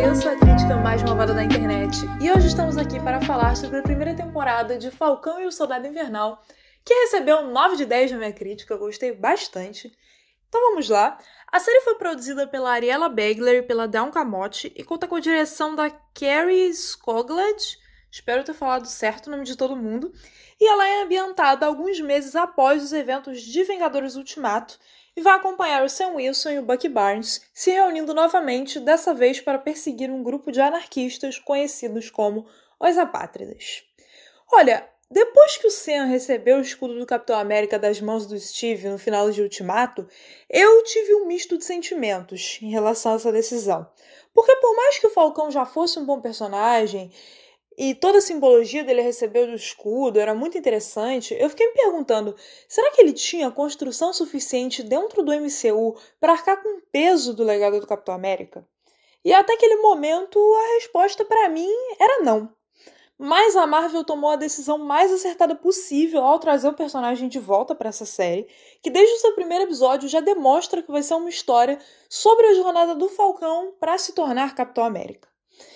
eu sou a crítica mais malvada da internet e hoje estamos aqui para falar sobre a primeira temporada de Falcão e o Soldado Invernal, que recebeu 9 de 10 na minha crítica, eu gostei bastante. Então vamos lá. A série foi produzida pela Ariella Begler e pela Dawn Camote e conta com a direção da Carrie Skoglund, espero ter falado certo o nome de todo mundo, e ela é ambientada alguns meses após os eventos de Vingadores Ultimato, e vai acompanhar o Sam Wilson e o Bucky Barnes se reunindo novamente, dessa vez para perseguir um grupo de anarquistas conhecidos como os Apátridas. Olha, depois que o Sam recebeu o escudo do Capitão América das mãos do Steve no final de Ultimato, eu tive um misto de sentimentos em relação a essa decisão. Porque por mais que o Falcão já fosse um bom personagem, e toda a simbologia dele receber o escudo era muito interessante, eu fiquei me perguntando, será que ele tinha construção suficiente dentro do MCU para arcar com o peso do legado do Capitão América? E até aquele momento, a resposta para mim era não. Mas a Marvel tomou a decisão mais acertada possível ao trazer o personagem de volta para essa série, que desde o seu primeiro episódio já demonstra que vai ser uma história sobre a jornada do Falcão para se tornar Capitão América.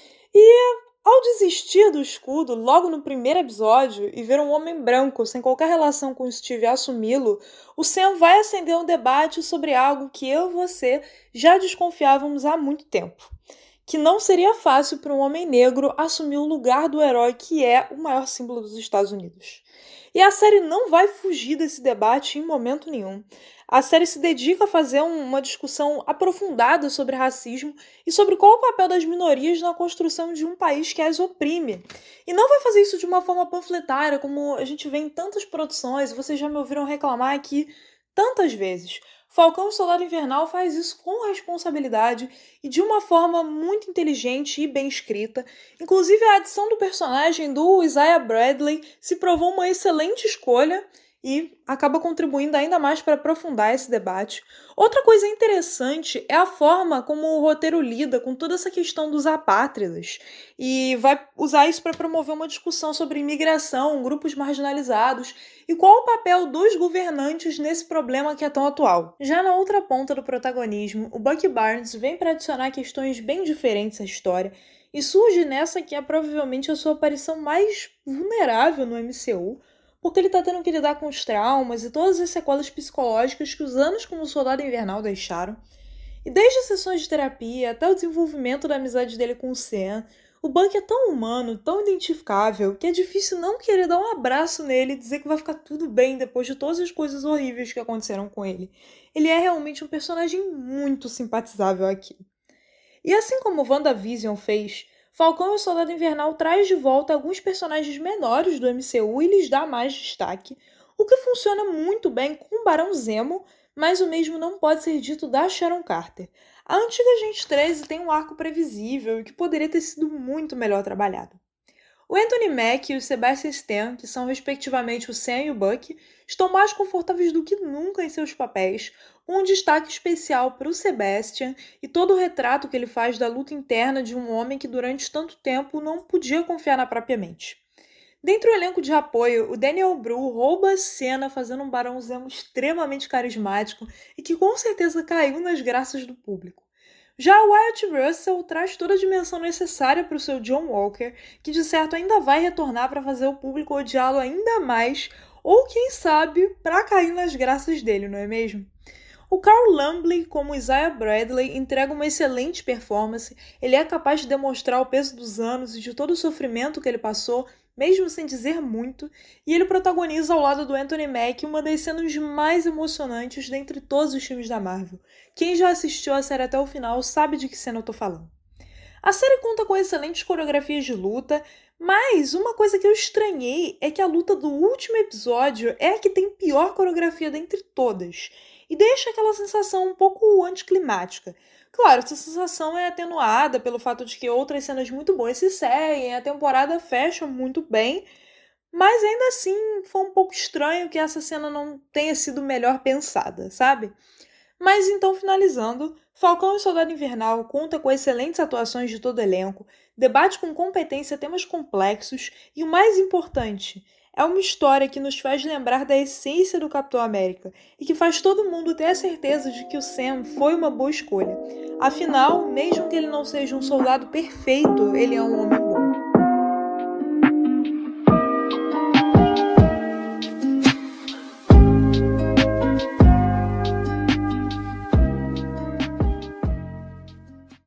E ao desistir do escudo, logo no primeiro episódio, e ver um homem branco sem qualquer relação com Steve assumi-lo, o Sam vai acender um debate sobre algo que eu e você já desconfiávamos há muito tempo. Que não seria fácil para um homem negro assumir o lugar do herói que é o maior símbolo dos Estados Unidos. E a série não vai fugir desse debate em momento nenhum. A série se dedica a fazer uma discussão aprofundada sobre racismo e sobre qual o papel das minorias na construção de um país que as oprime. E não vai fazer isso de uma forma panfletária, como a gente vê em tantas produções, e vocês já me ouviram reclamar aqui tantas vezes. Falcão e Soldado Invernal faz isso com responsabilidade e de uma forma muito inteligente e bem escrita. Inclusive, a adição do personagem do Isaiah Bradley se provou uma excelente escolha e acaba contribuindo ainda mais para aprofundar esse debate. Outra coisa interessante é a forma como o roteiro lida com toda essa questão dos apátridas e vai usar isso para promover uma discussão sobre imigração, grupos marginalizados e qual o papel dos governantes nesse problema que é tão atual. Já na outra ponta do protagonismo, o Bucky Barnes vem para adicionar questões bem diferentes à história e surge nessa que é provavelmente a sua aparição mais vulnerável no MCU, porque ele está tendo que lidar com os traumas e todas as sequelas psicológicas que os anos como Soldado Invernal deixaram. E desde as sessões de terapia até o desenvolvimento da amizade dele com o Sam, o Bucky é tão humano, tão identificável, que é difícil não querer dar um abraço nele e dizer que vai ficar tudo bem depois de todas as coisas horríveis que aconteceram com ele. Ele é realmente um personagem muito simpatizável aqui. E assim como WandaVision fez, Falcão e o Soldado Invernal traz de volta alguns personagens menores do MCU e lhes dá mais destaque, o que funciona muito bem com o Barão Zemo, mas o mesmo não pode ser dito da Sharon Carter. A antiga Agente 13 tem um arco previsível e que poderia ter sido muito melhor trabalhado. O Anthony Mackie e o Sebastian Stan, que são respectivamente o Sam e o Bucky, estão mais confortáveis do que nunca em seus papéis, com um destaque especial para o Sebastian e todo o retrato que ele faz da luta interna de um homem que durante tanto tempo não podia confiar na própria mente. Dentro do elenco de apoio, o Daniel Bru rouba a cena fazendo um Barão Zemo extremamente carismático e que com certeza caiu nas graças do público. Já o Wyatt Russell traz toda a dimensão necessária para o seu John Walker, que de certo ainda vai retornar para fazer o público odiá-lo ainda mais, ou quem sabe, para cair nas graças dele, não é mesmo? O Carl Lumbly, como Isaiah Bradley, entrega uma excelente performance, ele é capaz de demonstrar o peso dos anos e de todo o sofrimento que ele passou, mesmo sem dizer muito, e ele protagoniza ao lado do Anthony Mackie uma das cenas mais emocionantes dentre todos os filmes da Marvel. Quem já assistiu a série até o final sabe de que cena eu tô falando. A série conta com excelentes coreografias de luta, mas uma coisa que eu estranhei é que a luta do último episódio é a que tem pior coreografia dentre todas, e deixa aquela sensação um pouco anticlimática. Claro, essa sensação é atenuada pelo fato de que outras cenas muito boas se seguem, a temporada fecha muito bem, mas ainda assim foi um pouco estranho que essa cena não tenha sido melhor pensada, sabe? Mas então, finalizando, Falcão e Soldado Invernal conta com excelentes atuações de todo o elenco, debate com competência temas complexos e o mais importante, É uma história que nos faz lembrar da essência do Capitão América e que faz todo mundo ter a certeza de que o Sam foi uma boa escolha. Afinal, mesmo que ele não seja um soldado perfeito, ele é um homem